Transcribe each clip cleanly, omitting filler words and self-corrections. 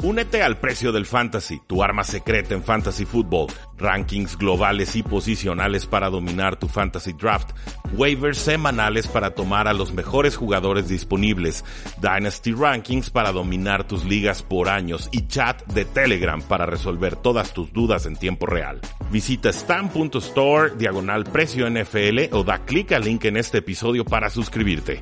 Únete al Precio del Fantasy, tu arma secreta en Fantasy Football. Rankings globales y posicionales para dominar tu Fantasy Draft. Waivers semanales para tomar a los mejores jugadores disponibles. Dynasty Rankings para dominar tus ligas por años. Y chat de Telegram para resolver todas tus dudas en tiempo real. Visita stam.store/precio NFL o da clic al link en este episodio para suscribirte.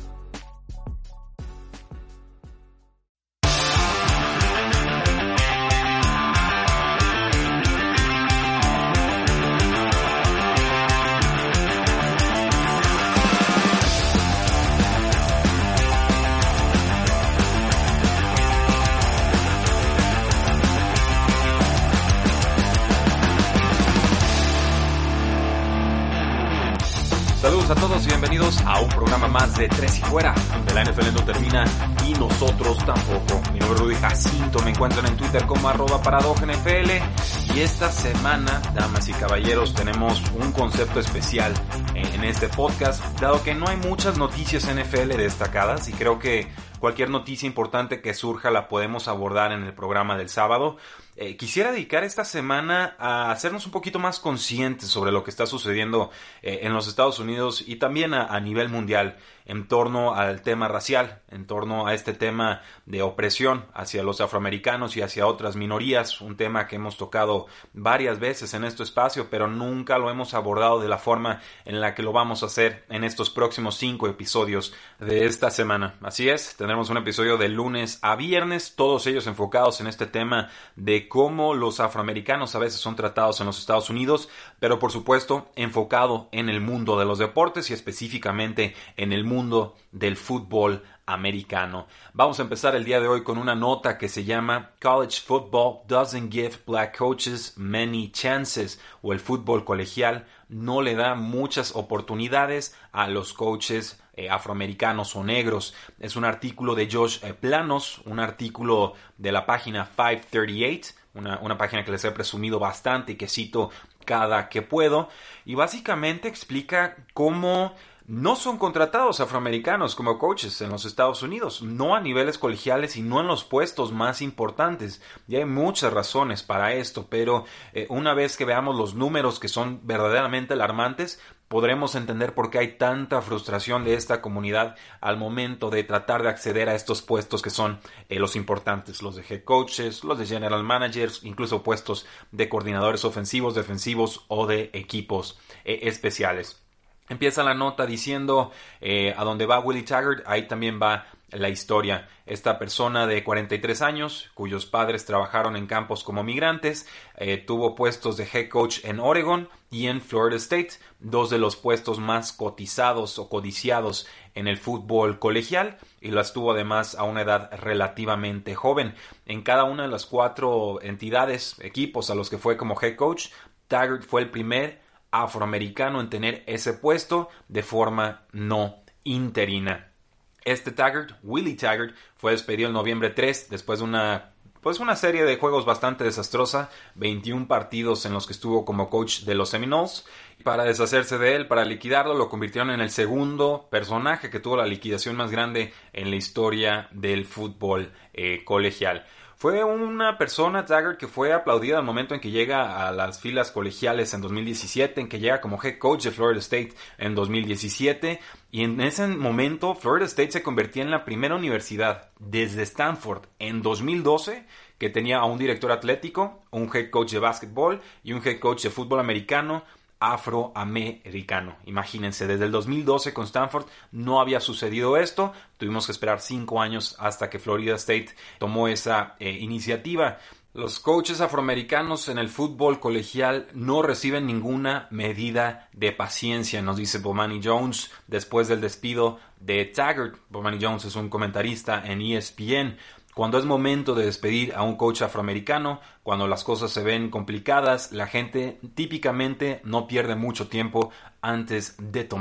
Saludos a todos y bienvenidos a un programa más de Tres y Fuera, donde la NFL no termina y nosotros tampoco. Mi nombre es Rudy Jacinto, me encuentran en Twitter como @ParadojaNFL y esta semana, damas y caballeros, tenemos un concepto especial en este podcast, dado que no hay muchas noticias NFL destacadas y creo que cualquier noticia importante que surja la podemos abordar en el programa del sábado. Quisiera dedicar esta semana a hacernos un poquito más conscientes sobre lo que está sucediendo en los Estados Unidos y también a nivel mundial en torno al tema racial, en torno a este tema de opresión hacia los afroamericanos y hacia otras minorías, un tema que hemos tocado varias veces en este espacio, pero nunca lo hemos abordado de la forma en la que lo vamos a hacer en estos próximos 5 episodios de esta semana. Así es, tendremos un episodio de lunes a viernes, todos ellos enfocados en este tema de cómo los afroamericanos a veces son tratados en los Estados Unidos, pero por supuesto enfocado en el mundo de los deportes y específicamente en el mundo del fútbol americano. Vamos a empezar el día de hoy con una nota que se llama College Football Doesn't Give Black Coaches Many Chances, o el fútbol colegial no le da muchas oportunidades a los coaches afroamericanos o negros. Es un artículo de Josh Planos, un artículo de la página 538, una página que les he presumido bastante y que cito cada que puedo, y básicamente explica cómo no son contratados afroamericanos como coaches en los Estados Unidos, no a niveles colegiales y no en los puestos más importantes. Y hay muchas razones para esto, pero una vez que veamos los números que son verdaderamente alarmantes, podremos entender por qué hay tanta frustración de esta comunidad al momento de tratar de acceder a estos puestos que son los importantes, los de head coaches, los de general managers, incluso puestos de coordinadores ofensivos, defensivos o de equipos especiales. Empieza la nota diciendo a dónde va Willie Taggart, ahí también va la historia. Esta persona de 43 años, cuyos padres trabajaron en campos como migrantes, tuvo puestos de head coach en Oregon y en Florida State, dos de los puestos más cotizados o codiciados en el fútbol colegial, y las tuvo además a una edad relativamente joven. En cada una de las 4 entidades, equipos a los que fue como head coach, Taggart fue el primer afroamericano en tener ese puesto de forma no interina. Este Taggart, Willie Taggart, fue despedido el noviembre 3 después de una serie de juegos bastante desastrosa, 21 partidos en los que estuvo como coach de los Seminoles. Para deshacerse de él, para liquidarlo, lo convirtieron en el segundo personaje que tuvo la liquidación más grande en la historia del fútbol colegial. Fue una persona, Taggart, que fue aplaudida al momento en que llega a las filas colegiales en 2017, en que llega como head coach de Florida State en 2017, y en ese momento Florida State se convertía en la primera universidad desde Stanford en 2012 que tenía a un director atlético, un head coach de básquetbol y un head coach de fútbol americano afroamericano. Imagínense, desde el 2012 con Stanford no había sucedido esto. Tuvimos que esperar 5 años hasta que Florida State tomó esa iniciativa. Los coaches afroamericanos en el fútbol colegial no reciben ninguna medida de paciencia, nos dice Bomani Jones después del despido de Taggart. Bomani Jones es un comentarista en ESPN. Cuando es momento de despedir a un coach afroamericano, cuando las cosas se ven complicadas, la gente típicamente no pierde mucho tiempo antes de tomar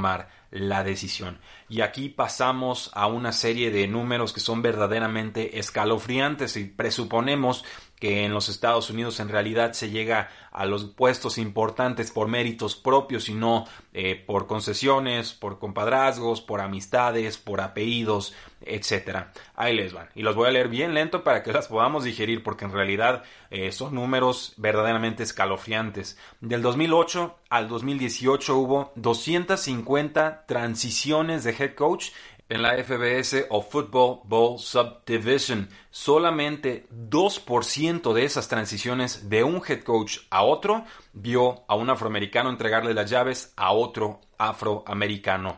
la decisión. Y aquí pasamos a una serie de números que son verdaderamente escalofriantes y presuponemos que en los Estados Unidos en realidad se llega a los puestos importantes por méritos propios y no por concesiones, por compadrazgos, por amistades, por apellidos, etc. Ahí les van. Y los voy a leer bien lento para que las podamos digerir porque en realidad son números verdaderamente escalofriantes. Del 2008 al 2018 hubo 250 transiciones de head coach en la FBS o Football Bowl Subdivision. Solamente 2% de esas transiciones de un head coach a otro vio a un afroamericano entregarle las llaves a otro afroamericano.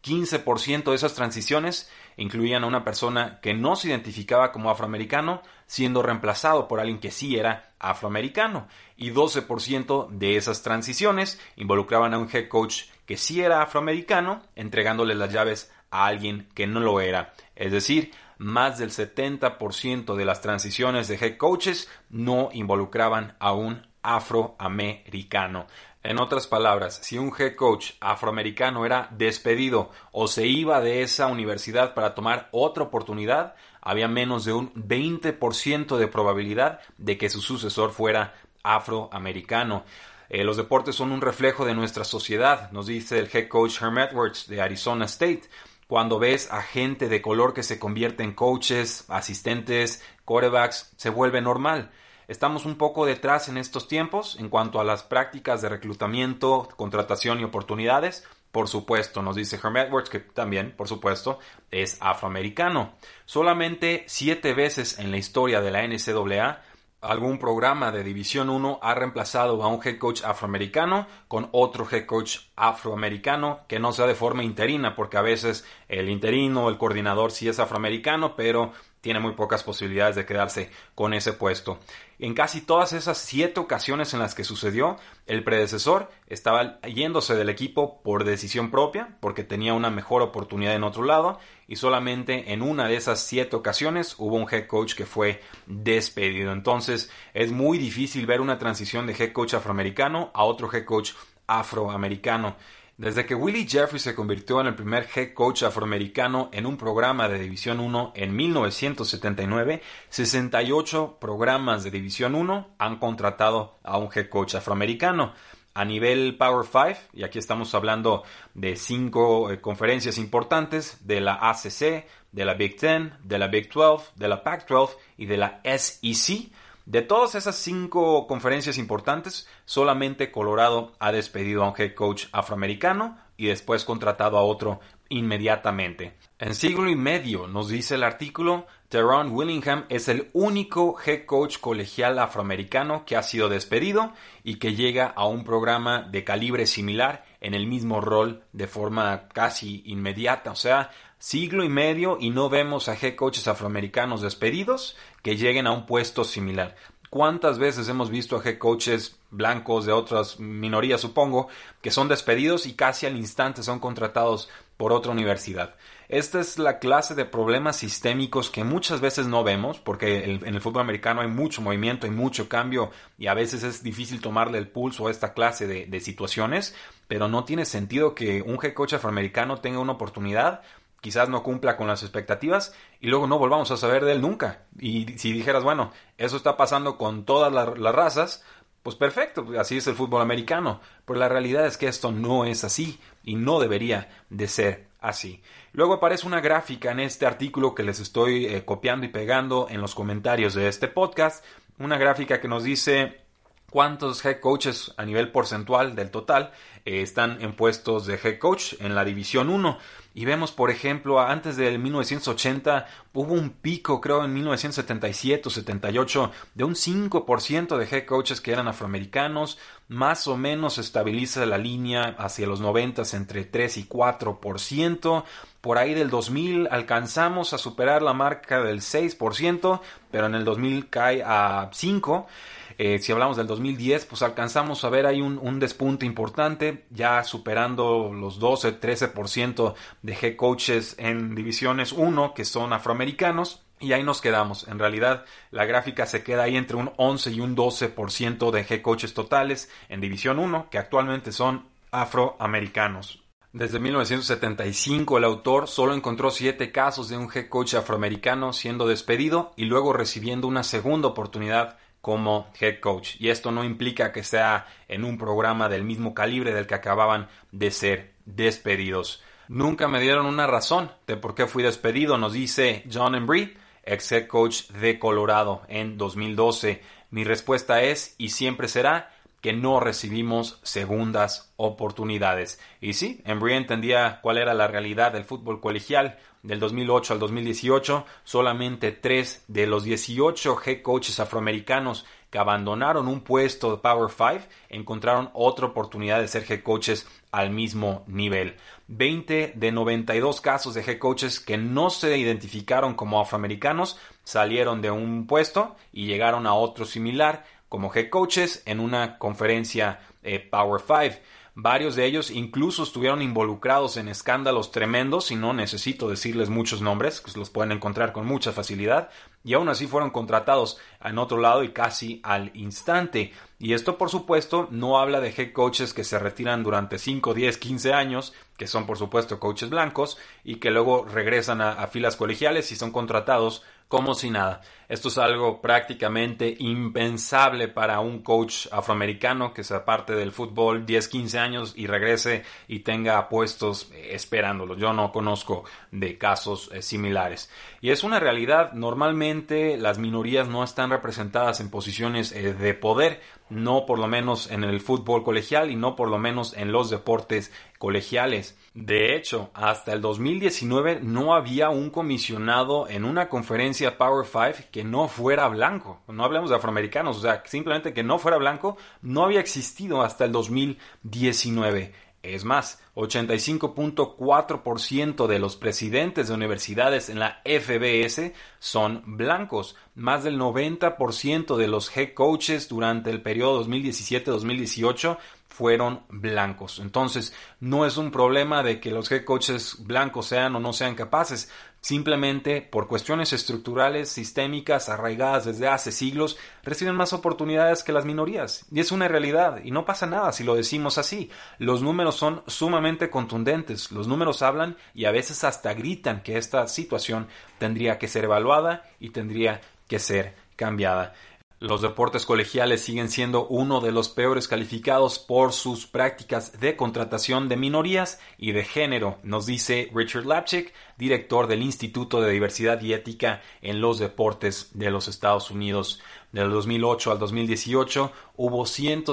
15% de esas transiciones incluían a una persona que no se identificaba como afroamericano siendo reemplazado por alguien que sí era afroamericano. Y 12% de esas transiciones involucraban a un head coach que sí era afroamericano entregándole las llaves a alguien que no lo era. Es decir, más del 70% de las transiciones de head coaches no involucraban a un afroamericano. En otras palabras, si un head coach afroamericano era despedido o se iba de esa universidad para tomar otra oportunidad, había menos de un 20% de probabilidad de que su sucesor fuera afroamericano. Los deportes son un reflejo de nuestra sociedad, nos dice el head coach Herm Edwards de Arizona State. Cuando ves a gente de color que se convierte en coaches, asistentes, quarterbacks, se vuelve normal. Estamos un poco detrás en estos tiempos en cuanto a las prácticas de reclutamiento, contratación y oportunidades. Por supuesto, nos dice Herm Edwards, que también, por supuesto, es afroamericano. Solamente 7 veces en la historia de la NCAA algún programa de División 1 ha reemplazado a un head coach afroamericano con otro head coach afroamericano que no sea de forma interina, porque a veces el interino o el coordinador sí es afroamericano, pero tiene muy pocas posibilidades de quedarse con ese puesto. En casi todas esas 7 ocasiones en las que sucedió, el predecesor estaba yéndose del equipo por decisión propia, porque tenía una mejor oportunidad en otro lado, y solamente en una de esas 7 ocasiones hubo un head coach que fue despedido. Entonces, es muy difícil ver una transición de head coach afroamericano a otro head coach afroamericano. Desde que Willie Jeffrey se convirtió en el primer head coach afroamericano en un programa de División 1 en 1979, 68 programas de División 1 han contratado a un head coach afroamericano. A nivel Power 5, y aquí estamos hablando de 5 conferencias importantes, de la ACC, de la Big Ten, de la Big 12, de la Pac-12 y de la SEC. De todas esas 5 conferencias importantes, solamente Colorado ha despedido a un head coach afroamericano y después contratado a otro inmediatamente. En siglo y medio, nos dice el artículo, Teron Willingham es el único head coach colegial afroamericano que ha sido despedido y que llega a un programa de calibre similar en el mismo rol de forma casi inmediata. O sea, siglo y medio y no vemos a head coaches afroamericanos despedidos que lleguen a un puesto similar. ¿Cuántas veces hemos visto a head coaches blancos de otras minorías, supongo, que son despedidos y casi al instante son contratados por otra universidad? Esta es la clase de problemas sistémicos que muchas veces no vemos, porque en el fútbol americano hay mucho movimiento, hay mucho cambio y a veces es difícil tomarle el pulso a esta clase de situaciones, pero no tiene sentido que un head coach afroamericano tenga una oportunidad, quizás no cumpla con las expectativas y luego no volvamos a saber de él nunca. Y si dijeras, bueno, eso está pasando con todas las razas, pues perfecto, así es el fútbol americano. Pero la realidad es que esto no es así y no debería de ser así. Luego aparece una gráfica en este artículo que les estoy copiando y pegando en los comentarios de este podcast. Una gráfica que nos dice cuántos head coaches a nivel porcentual del total están en puestos de head coach en la División 1. Y vemos, por ejemplo, antes del 1980 hubo un pico, creo, en 1977 o 78 de un 5% de head coaches que eran afroamericanos. Más o menos se estabiliza la línea hacia los 90 entre 3 y 4%. Por ahí del 2000 alcanzamos a superar la marca del 6%, pero en el 2000 cae a 5%. Si hablamos del 2010, pues alcanzamos a ver ahí un despunte importante, ya superando los 12-13% de head coaches en divisiones 1 que son afroamericanos. Y ahí nos quedamos. En realidad, la gráfica se queda ahí entre un 11 y un 12% de head coaches totales en División 1, que actualmente son afroamericanos. Desde 1975 el autor solo encontró 7 casos de un head coach afroamericano siendo despedido y luego recibiendo una segunda oportunidad como head coach. Y esto no implica que sea en un programa del mismo calibre del que acababan de ser despedidos. Nunca me dieron una razón de por qué fui despedido, nos dice John Embry, ex head coach de Colorado en 2012. Mi respuesta es, y siempre será, que no recibimos segundas oportunidades. Y sí, Embry entendía cuál era la realidad del fútbol colegial. Del 2008 al 2018, solamente 3 de los 18 head coaches afroamericanos que abandonaron un puesto de Power 5 encontraron otra oportunidad de ser head coaches al mismo nivel. 20 de 92 casos de head coaches que no se identificaron como afroamericanos salieron de un puesto y llegaron a otro similar como head coaches en una conferencia Power 5. Varios de ellos incluso estuvieron involucrados en escándalos tremendos, y no necesito decirles muchos nombres, que los pueden encontrar con mucha facilidad, y aún así fueron contratados en otro lado y casi al instante. Y esto, por supuesto, no habla de head coaches que se retiran durante 5, 10, 15 años, que son, por supuesto, coaches blancos, y que luego regresan a filas colegiales y son contratados como si nada. Esto es algo prácticamente impensable para un coach afroamericano que se aparte del fútbol 10, 15 años y regrese y tenga puestos esperándolo. Yo no conozco de casos similares. Y es una realidad. Normalmente las minorías no están representadas en posiciones de poder, no por lo menos en el fútbol colegial y no por lo menos en los deportes colegiales. De hecho, hasta el 2019 no había un comisionado en una conferencia Power 5 que no fuera blanco. No hablamos de afroamericanos, o sea, simplemente que no fuera blanco no había existido hasta el 2019. Es más, 85.4% de los presidentes de universidades en la FBS son blancos. Más del 90% de los head coaches durante el periodo 2017-2018 fueron blancos. Entonces, no es un problema de que los head coaches blancos sean o no sean capaces. Simplemente por cuestiones estructurales, sistémicas, arraigadas desde hace siglos, reciben más oportunidades que las minorías. Y es una realidad, y no pasa nada si lo decimos así. Los números son sumamente contundentes. Los números hablan y a veces hasta gritan que esta situación tendría que ser evaluada y tendría que ser cambiada. Los deportes colegiales siguen siendo uno de los peores calificados por sus prácticas de contratación de minorías y de género, nos dice Richard Lapchick, director del Instituto de Diversidad y Ética en los Deportes de los Estados Unidos. Del 2008 al 2018 hubo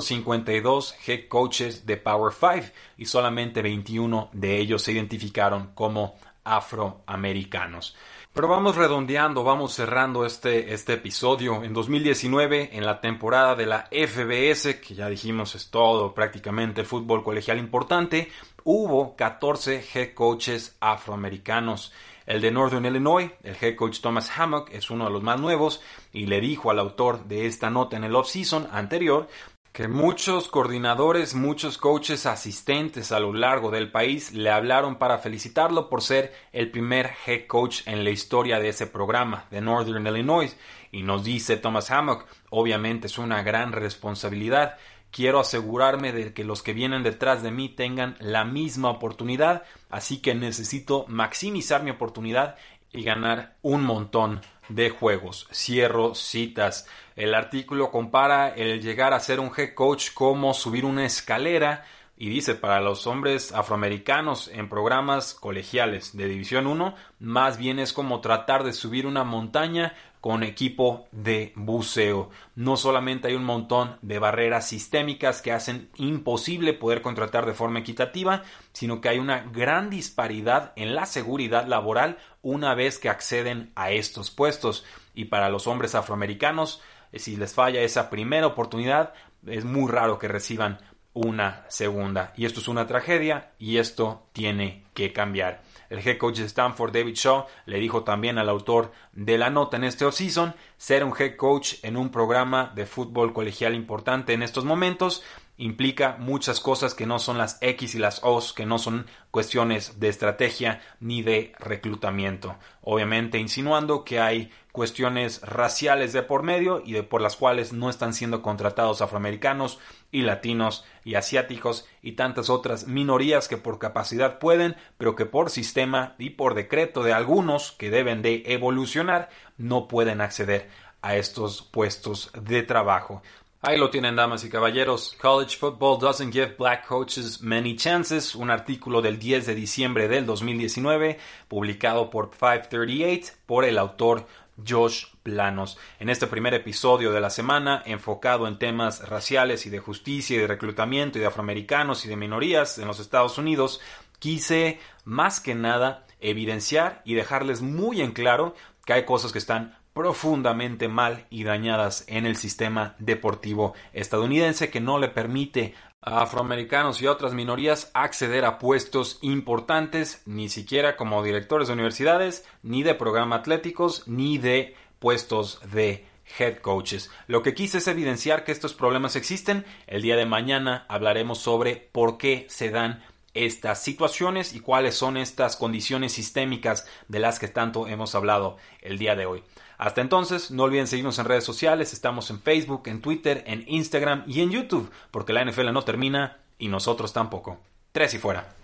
152 head coaches de Power 5 y solamente 21 de ellos se identificaron como afroamericanos. Pero vamos redondeando, vamos cerrando este episodio. En 2019, en la temporada de la FBS, que ya dijimos es todo prácticamente el fútbol colegial importante, hubo 14 head coaches afroamericanos. El de Northern Illinois, el head coach Thomas Hammock, es uno de los más nuevos y le dijo al autor de esta nota en el off-season anterior que muchos coordinadores, muchos coaches asistentes a lo largo del país le hablaron para felicitarlo por ser el primer head coach en la historia de ese programa de Northern Illinois. Y nos dice Thomas Hammock, obviamente es una gran responsabilidad. Quiero asegurarme de que los que vienen detrás de mí tengan la misma oportunidad, así que necesito maximizar mi oportunidad y ganar un montón de juegos. Cierro citas. El artículo compara el llegar a ser un head coach como subir una escalera y dice para los hombres afroamericanos en programas colegiales de División 1 más bien es como tratar de subir una montaña con equipo de buceo. No solamente hay un montón de barreras sistémicas que hacen imposible poder contratar de forma equitativa, sino que hay una gran disparidad en la seguridad laboral una vez que acceden a estos puestos. Y para los hombres afroamericanos, si les falla esa primera oportunidad, es muy raro que reciban una segunda. Y esto es una tragedia y esto tiene que cambiar. El head coach de Stanford, David Shaw, le dijo también al autor de la nota en este offseason, ser un head coach en un programa de fútbol colegial importante en estos momentos implica muchas cosas que no son las X y las O's, que no son cuestiones de estrategia ni de reclutamiento. Obviamente insinuando que hay cuestiones raciales de por medio y por las cuales no están siendo contratados afroamericanos y latinos y asiáticos y tantas otras minorías que por capacidad pueden, pero que por sistema y por decreto de algunos que deben de evolucionar no pueden acceder a estos puestos de trabajo. Ahí lo tienen, damas y caballeros. College football doesn't give black coaches many chances. Un artículo del 10 de diciembre del 2019, publicado por 538 por el autor Josh Planos. En este primer episodio de la semana, enfocado en temas raciales y de justicia y de reclutamiento y de afroamericanos y de minorías en los Estados Unidos, quise más que nada evidenciar y dejarles muy en claro que hay cosas que están profundamente mal y dañadas en el sistema deportivo estadounidense que no le permite a afroamericanos y otras minorías acceder a puestos importantes, ni siquiera como directores de universidades, ni de programas atléticos, ni de puestos de head coaches. Lo que quise es evidenciar que estos problemas existen. El día de mañana hablaremos sobre por qué se dan estas situaciones y cuáles son estas condiciones sistémicas de las que tanto hemos hablado el día de hoy. Hasta entonces, no olviden seguirnos en redes sociales. Estamos en Facebook, en Twitter, en Instagram y en YouTube, porque la NFL no termina y nosotros tampoco. 3 y fuera.